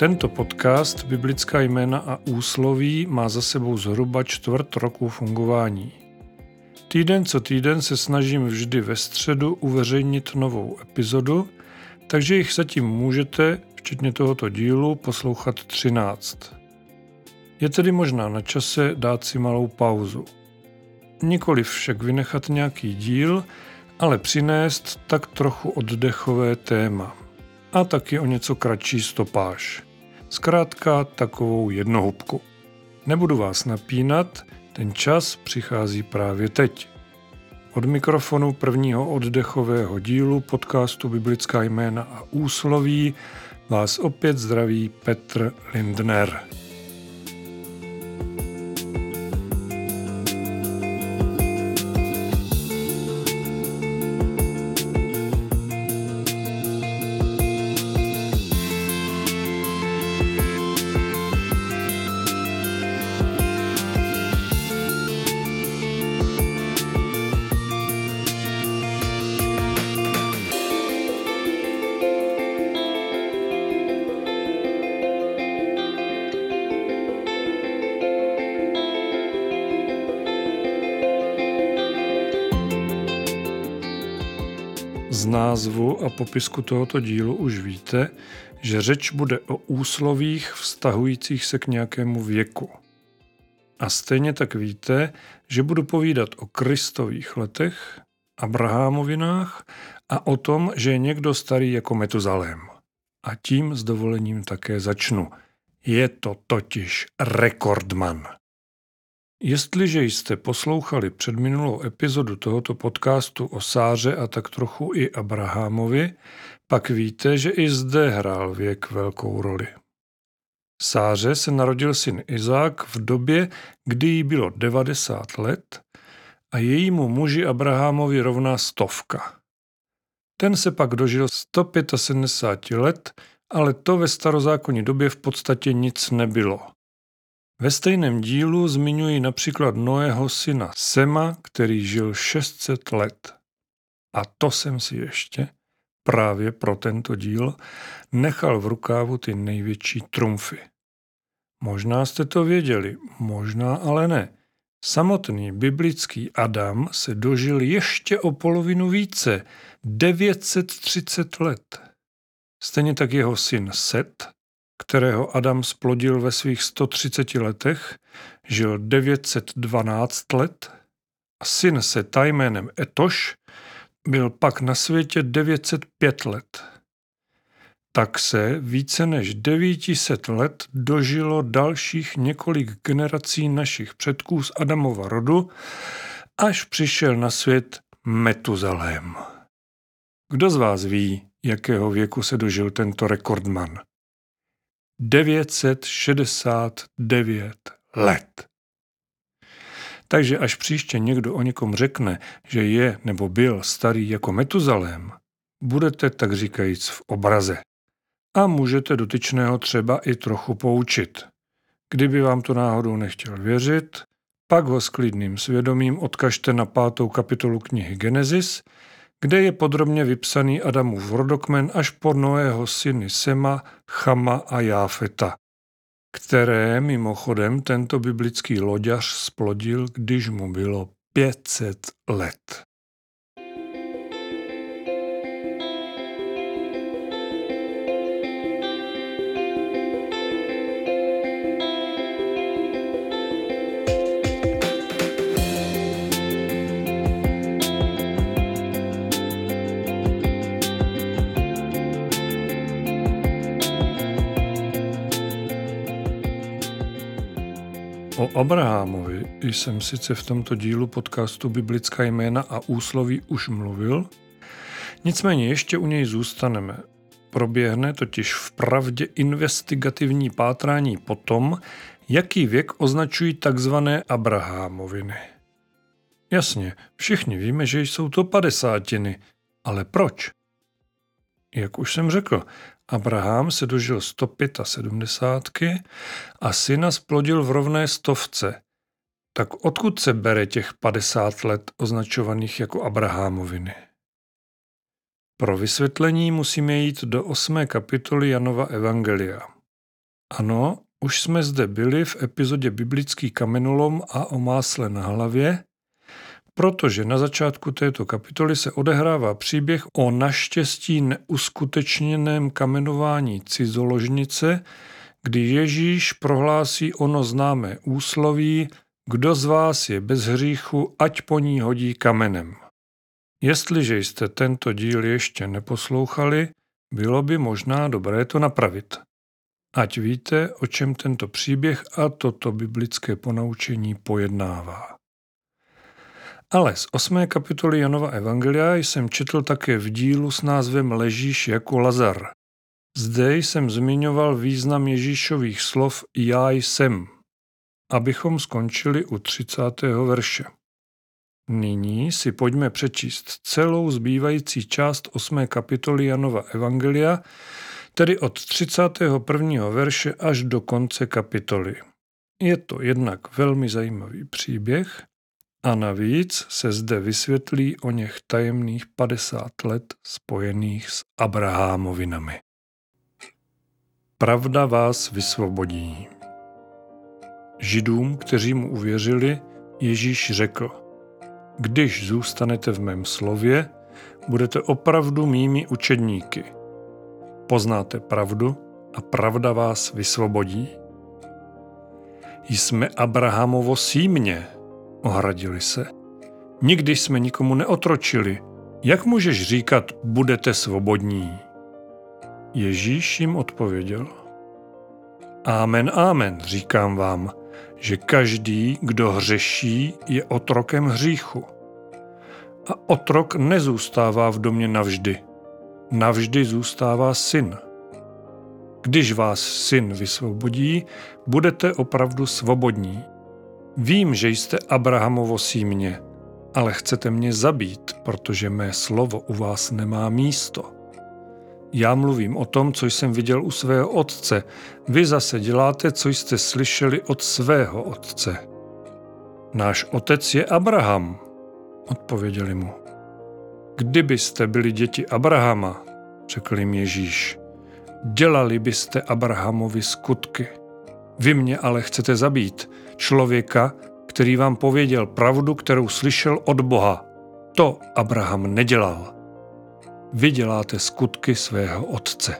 Tento podcast Biblická jména a úsloví má za sebou zhruba 1/4 roku fungování. Týden co týden se snažím vždy ve středu uveřejnit novou epizodu, takže jich zatím můžete, včetně tohoto dílu, poslouchat 13. Je tedy možná na čase dát si malou pauzu. Nikoliv však vynechat nějaký díl, ale přinést tak trochu oddechové téma. A taky o něco kratší stopáž. Zkrátka takovou jednohubku. Nebudu vás napínat, ten čas přichází právě teď. Od mikrofonu prvního oddechového dílu podcastu Biblická jména a úsloví vás opět zdraví Petr Lindner. Z názvu a popisku tohoto dílu už víte, že řeč bude o úslovích vztahujících se k nějakému věku. A stejně tak víte, že budu povídat o Kristových letech, Abrahamovinách a o tom, že je někdo starý jako Metuzalém. A tím s dovolením také začnu. Je to totiž rekordman. Jestliže jste poslouchali předminulou epizodu tohoto podcastu o Sáře a tak trochu i Abrahamovi, pak víte, že i zde hrál věk velkou roli. Sáře se narodil syn Izák v době, kdy jí bylo 90 let a jejímu muži Abrahamovi rovná 100. Ten se pak dožil 175 let, ale to ve starozákonní době v podstatě nic nebylo. Ve stejném dílu zmiňuji například Noého syna Sema, který žil 600 let. A to jsem si ještě, právě pro tento díl, nechal v rukávu ty největší trumfy. Možná jste to věděli, možná ale ne. Samotný biblický Adam se dožil ještě o polovinu více, 930 let. Stejně tak jeho syn Set, kterého Adam splodil ve svých 130 letech, žil 912 let a syn Seta jménem Etoš byl pak na světě 905 let. Tak se více než 900 let dožilo dalších několik generací našich předků z Adamova rodu, až přišel na svět Metuzalém. Kdo z vás ví, jakého věku se dožil tento rekordman? 969 let. Takže až příště někdo o někom řekne, že je nebo byl starý jako Metuzalém, budete tak říkajíc v obraze. A můžete dotyčného třeba i trochu poučit. Kdyby vám to náhodou nechtěl věřit, pak ho s klidným svědomím odkažte na 5. kapitolu knihy Genesis, kde je podrobně vypsaný Adamův rodokmen až po Noého syny Sema, Chama a Jáfeta, které mimochodem tento biblický loďař splodil, když mu bylo 500 let. O Abrahamovi jsem sice v tomto dílu podcastu Biblická jména a úsloví už mluvil, nicméně ještě u něj zůstaneme. Proběhne totiž vpravdě investigativní pátrání po tom, jaký věk označují takzvané Abrahamoviny. Jasně, všichni víme, že jsou to 50, ale proč? Jak už jsem řekl, Abraham se dožil 175 a syna splodil v rovné 100. Tak odkud se bere těch 50 let označovaných jako Abrahamoviny? Pro vysvětlení musíme jít do 8. kapitoly Janova evangelia. Ano, už jsme zde byli v epizodě Biblický kamenolom a o másle na hlavě, protože na začátku této kapitoly se odehrává příběh o naštěstí neuskutečněném kamenování cizoložnice, kdy Ježíš prohlásí ono známé úsloví: kdo z vás je bez hříchu, ať po ní hodí kamenem. Jestliže jste tento díl ještě neposlouchali, bylo by možná dobré to napravit. Ať víte, o čem tento příběh a toto biblické ponaučení pojednává. Ale z 8. kapitoly Janova evangelia jsem četl také v dílu s názvem Ležíš jako Lazar. Zde jsem zmiňoval význam Ježíšových slov já jsem, abychom skončili u 30. verše. Nyní si pojďme přečíst celou zbývající část 8. kapitoly Janova evangelia, tedy od 31. verše až do konce kapitoly. Je to jednak velmi zajímavý příběh a navíc se zde vysvětlí o něch tajemných 50 let spojených s Abrahamovinami. Pravda vás vysvobodí. Židům, kteří mu uvěřili, Ježíš řekl: když zůstanete v mém slově, budete opravdu mými učedníky. Poznáte pravdu a pravda vás vysvobodí. Jsme Abrahamovo símě, ohradili se. Nikdy jsme nikomu neotročili. Jak můžeš říkat, budete svobodní? Ježíš jim odpověděl: Amen, amen, říkám vám, že každý, kdo hřeší, je otrokem hříchu. A otrok nezůstává v domě navždy. Navždy zůstává syn. Když vás syn vysvobodí, budete opravdu svobodní. Vím, že jste Abrahamovo símě, ale chcete mě zabít, protože mé slovo u vás nemá místo. Já mluvím o tom, co jsem viděl u svého otce. Vy zase děláte, co jste slyšeli od svého otce. Náš otec je Abraham, odpověděli mu. Kdybyste byli děti Abrahama, řekl jim Ježíš, dělali byste Abrahamovi skutky. Vy mě ale chcete zabít, člověka, který vám pověděl pravdu, kterou slyšel od Boha. To Abraham nedělal. Vy děláte skutky svého otce.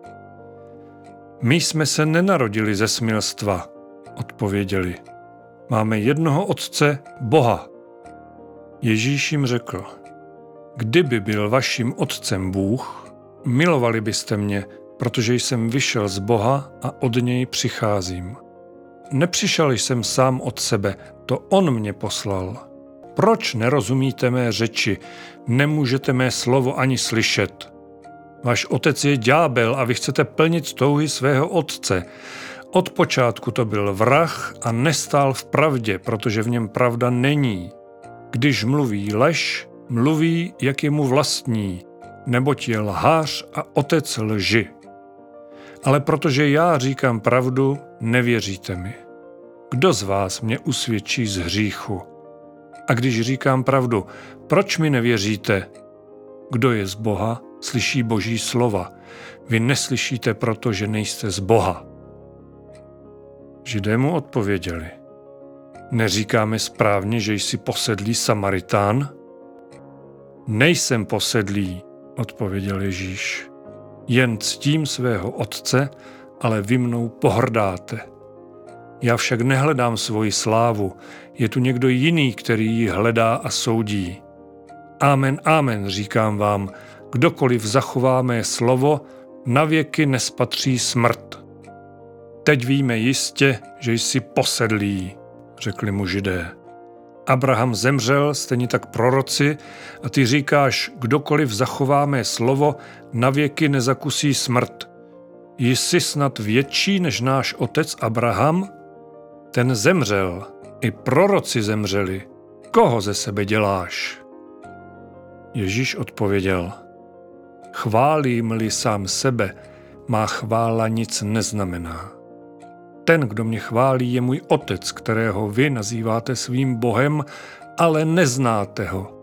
My jsme se nenarodili ze smilstva, odpověděli. Máme jednoho otce, Boha. Ježíš jim řekl: kdyby byl vaším otcem Bůh, milovali byste mě, protože jsem vyšel z Boha a od něj přicházím. Nepřišel jsem sám od sebe, to on mě poslal. Proč nerozumíte mé řeči, nemůžete mé slovo ani slyšet? Váš otec je ďábel a vy chcete plnit touhy svého otce. Od počátku to byl vrah a nestál v pravdě, protože v něm pravda není. Když mluví lež, mluví, jak je mu vlastní, neboť je lhář a otec lži. Ale protože já říkám pravdu, nevěříte mi. Kdo z vás mě usvědčí z hříchu? A když říkám pravdu, proč mi nevěříte? Kdo je z Boha, slyší Boží slova. Vy neslyšíte proto, že nejste z Boha. Židé mu odpověděli: neříkáme správně, že jsi posedlý Samaritán? Nejsem posedlý, odpověděl Ježíš. Jen ctím svého otce, ale vy mnou pohrdáte. Já však nehledám svoji slávu, je tu někdo jiný, který ji hledá a soudí. Amen, amen, říkám vám, kdokoliv zachová mé slovo, navěky nespatří smrt. Teď víme jistě, že jsi posedlý, řekli mu Židé. Abraham zemřel, stejně tak proroci, a ty říkáš, kdokoliv zachová mé slovo, navěky nezakusí smrt. Jsi snad větší než náš otec Abraham? Ten zemřel, i proroci zemřeli. Koho ze sebe děláš? Ježíš odpověděl: chválím-li sám sebe, má chvála nic neznamená. Ten, kdo mě chválí, je můj otec, kterého vy nazýváte svým Bohem, ale neznáte ho.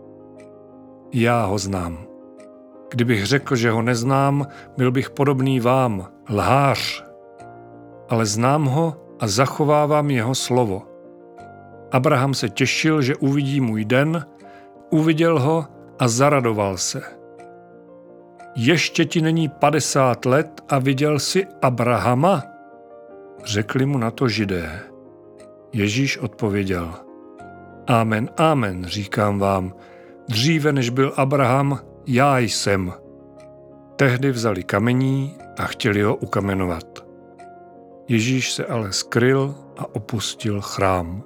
Já ho znám. Kdybych řekl, že ho neznám, byl bych podobný vám, lhář. ale znám ho a zachovávám jeho slovo. Abraham se těšil, že uvidí můj den, uviděl ho a zaradoval se. Ještě ti není 50 let a viděl jsi Abrahama? Řekli mu na to Židé. Ježíš odpověděl. Amen, amen, říkám vám, dříve než byl Abraham, já jsem. Tehdy vzali kamení a chtěli ho ukamenovat. Ježíš se ale skryl a opustil chrám.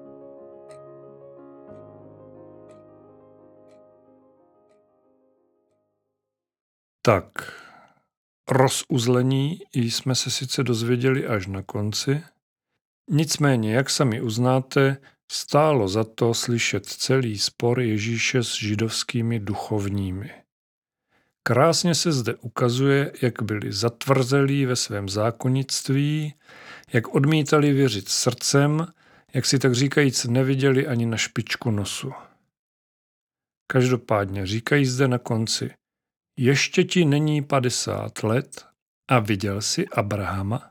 Tak, rozuzlení jsme se sice dozvěděli až na konci, nicméně, jak sami uznáte, stálo za to slyšet celý spor Ježíše s židovskými duchovními. Krásně se zde ukazuje, jak byli zatvrzelí ve svém zákonnictví, jak odmítali věřit srdcem, jak si tak říkajíc neviděli ani na špičku nosu. Každopádně říkají zde na konci, ještě ti není 50 let a viděl jsi Abrahama?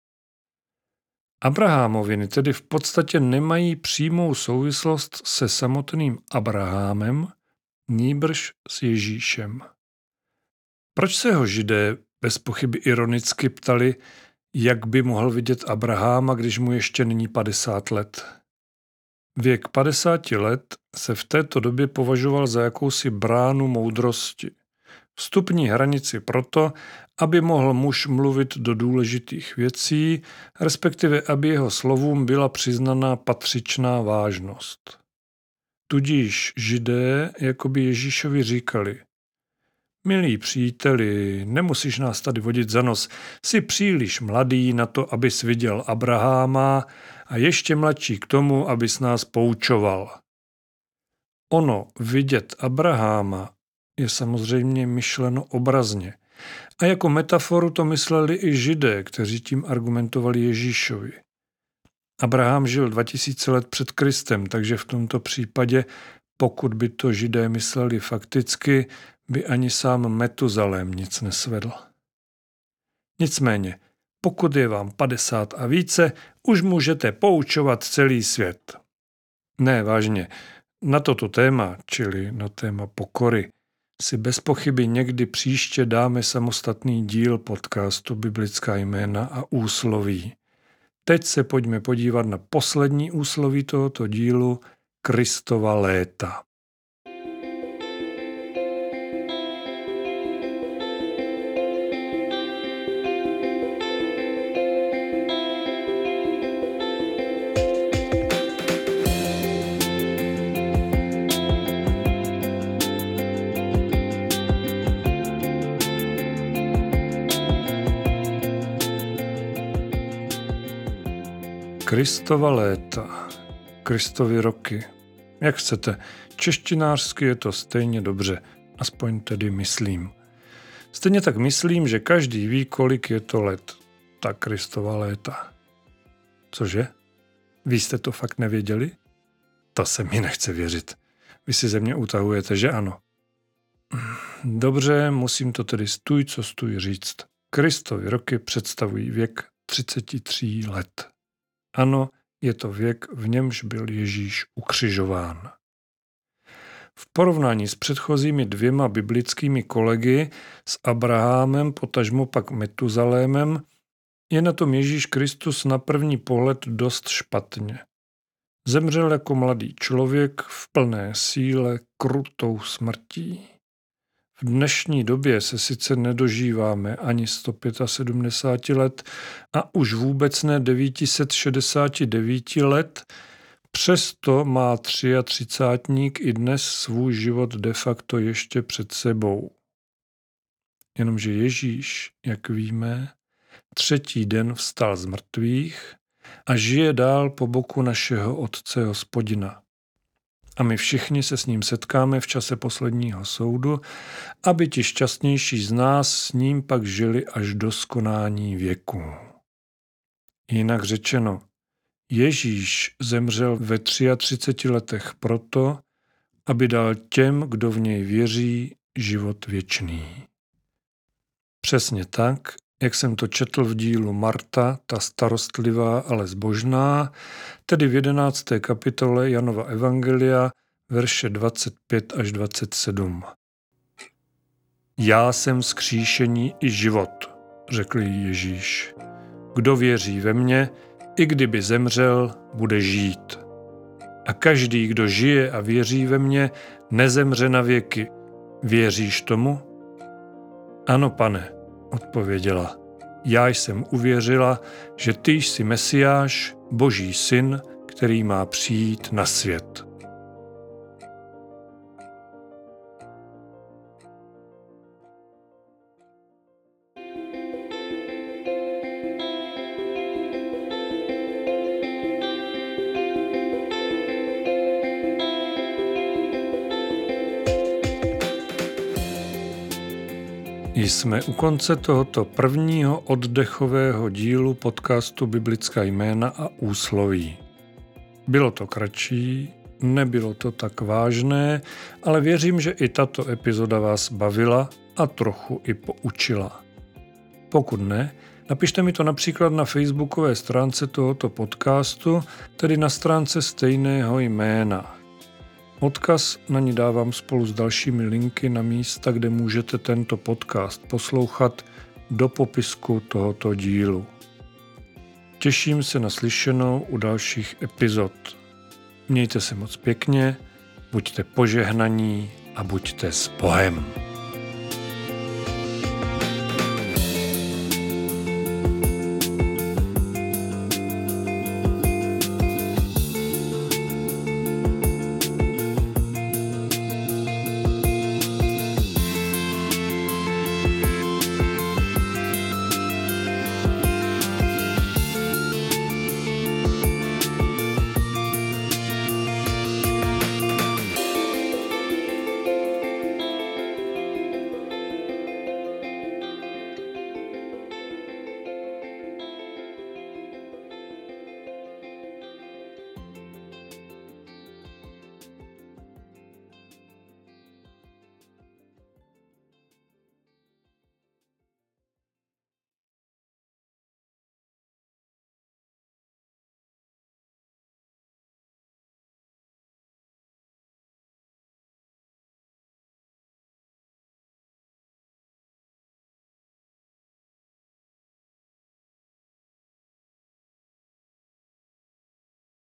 Abrahamoviny tedy v podstatě nemají přímou souvislost se samotným Abrahamem, nýbrž s Ježíšem. Proč se ho Židé bez pochyby ironicky ptali, jak by mohl vidět Abrahama, když mu ještě není 50 let? Věk 50 let se v této době považoval za jakousi bránu moudrosti. Vstupní hranici proto, aby mohl muž mluvit do důležitých věcí, respektive aby jeho slovům byla přiznaná patřičná vážnost. Tudíž Židé jakoby Ježíšovi říkali, milí příteli, nemusíš nás tady vodit za nos, jsi příliš mladý na to, abys viděl Abraháma a ještě mladší k tomu, abys nás poučoval. Ono vidět Abraháma je samozřejmě myšleno obrazně. A jako metaforu to mysleli i Židé, kteří tím argumentovali Ježíšovi. Abraham žil 2000 let před Kristem, takže v tomto případě, pokud by to Židé mysleli fakticky, by ani sám Metuzalém nic nesvedl. Nicméně, pokud je vám 50 a více, už můžete poučovat celý svět. Ne, vážně, na toto téma, čili na téma pokory, si bez pochyby někdy příště dáme samostatný díl podcastu Biblická jména a úsloví. Teď se pojďme podívat na poslední úsloví tohoto dílu, Kristova léta. Kristova léta, Kristovy roky. Jak chcete, češtinářsky je to stejně dobře, aspoň tedy myslím. Stejně tak myslím, že každý ví, kolik je to let, ta Kristova léta. Cože? Vy jste to fakt nevěděli? To se mi nechce věřit. Vy si ze mě utahujete, že ano? Dobře, musím to tedy stůj co stůj říct. Kristovy roky představují věk 33 let. Ano, je to věk, v němž byl Ježíš ukřižován. V porovnání s předchozími 2 biblickými kolegy, s Abrahamem, potažmo pak Metuzalémem, je na tom Ježíš Kristus na první pohled dost špatně. Zemřel jako mladý člověk v plné síle krutou smrtí. V dnešní době se sice nedožíváme ani 175 let a už vůbec ne 969 let, přesto má 33 i dnes svůj život de facto ještě před sebou. Jenomže Ježíš, jak víme, 3. den vstal z mrtvých a žije dál po boku našeho Otce Hospodina. A my všichni se s ním setkáme v čase posledního soudu, aby ti šťastnější z nás s ním pak žili až do skonání věku. Jinak řečeno, Ježíš zemřel ve 33 letech proto, aby dal těm, kdo v něj věří, život věčný. Přesně tak, jak jsem to četl v dílu Marta, ta starostlivá, ale zbožná, tedy v 11. kapitole Janova evangelia, verše 25 až 27. Já jsem vzkříšení i život, řekl jí Ježíš. Kdo věří ve mě, i kdyby zemřel, bude žít. A každý, kdo žije a věří ve mě, nezemře na věky. Věříš tomu? Ano, Pane, odpověděla. Já jsem uvěřila, že ty jsi Mesiáš, Boží syn, který má přijít na svět. Jsme u konce tohoto prvního oddechového dílu podcastu Biblická jména a úsloví. Bylo to kratší, nebylo to tak vážné, ale věřím, že i tato epizoda vás bavila a trochu i poučila. Pokud ne, napište mi to například na facebookové stránce tohoto podcastu, tedy na stránce stejného jména. Odkaz na ní dávám spolu s dalšími linky na místa, kde můžete tento podcast poslouchat, do popisku tohoto dílu. Těším se na slyšenou u dalších epizod. Mějte se moc pěkně, buďte požehnaní a buďte s Bohem.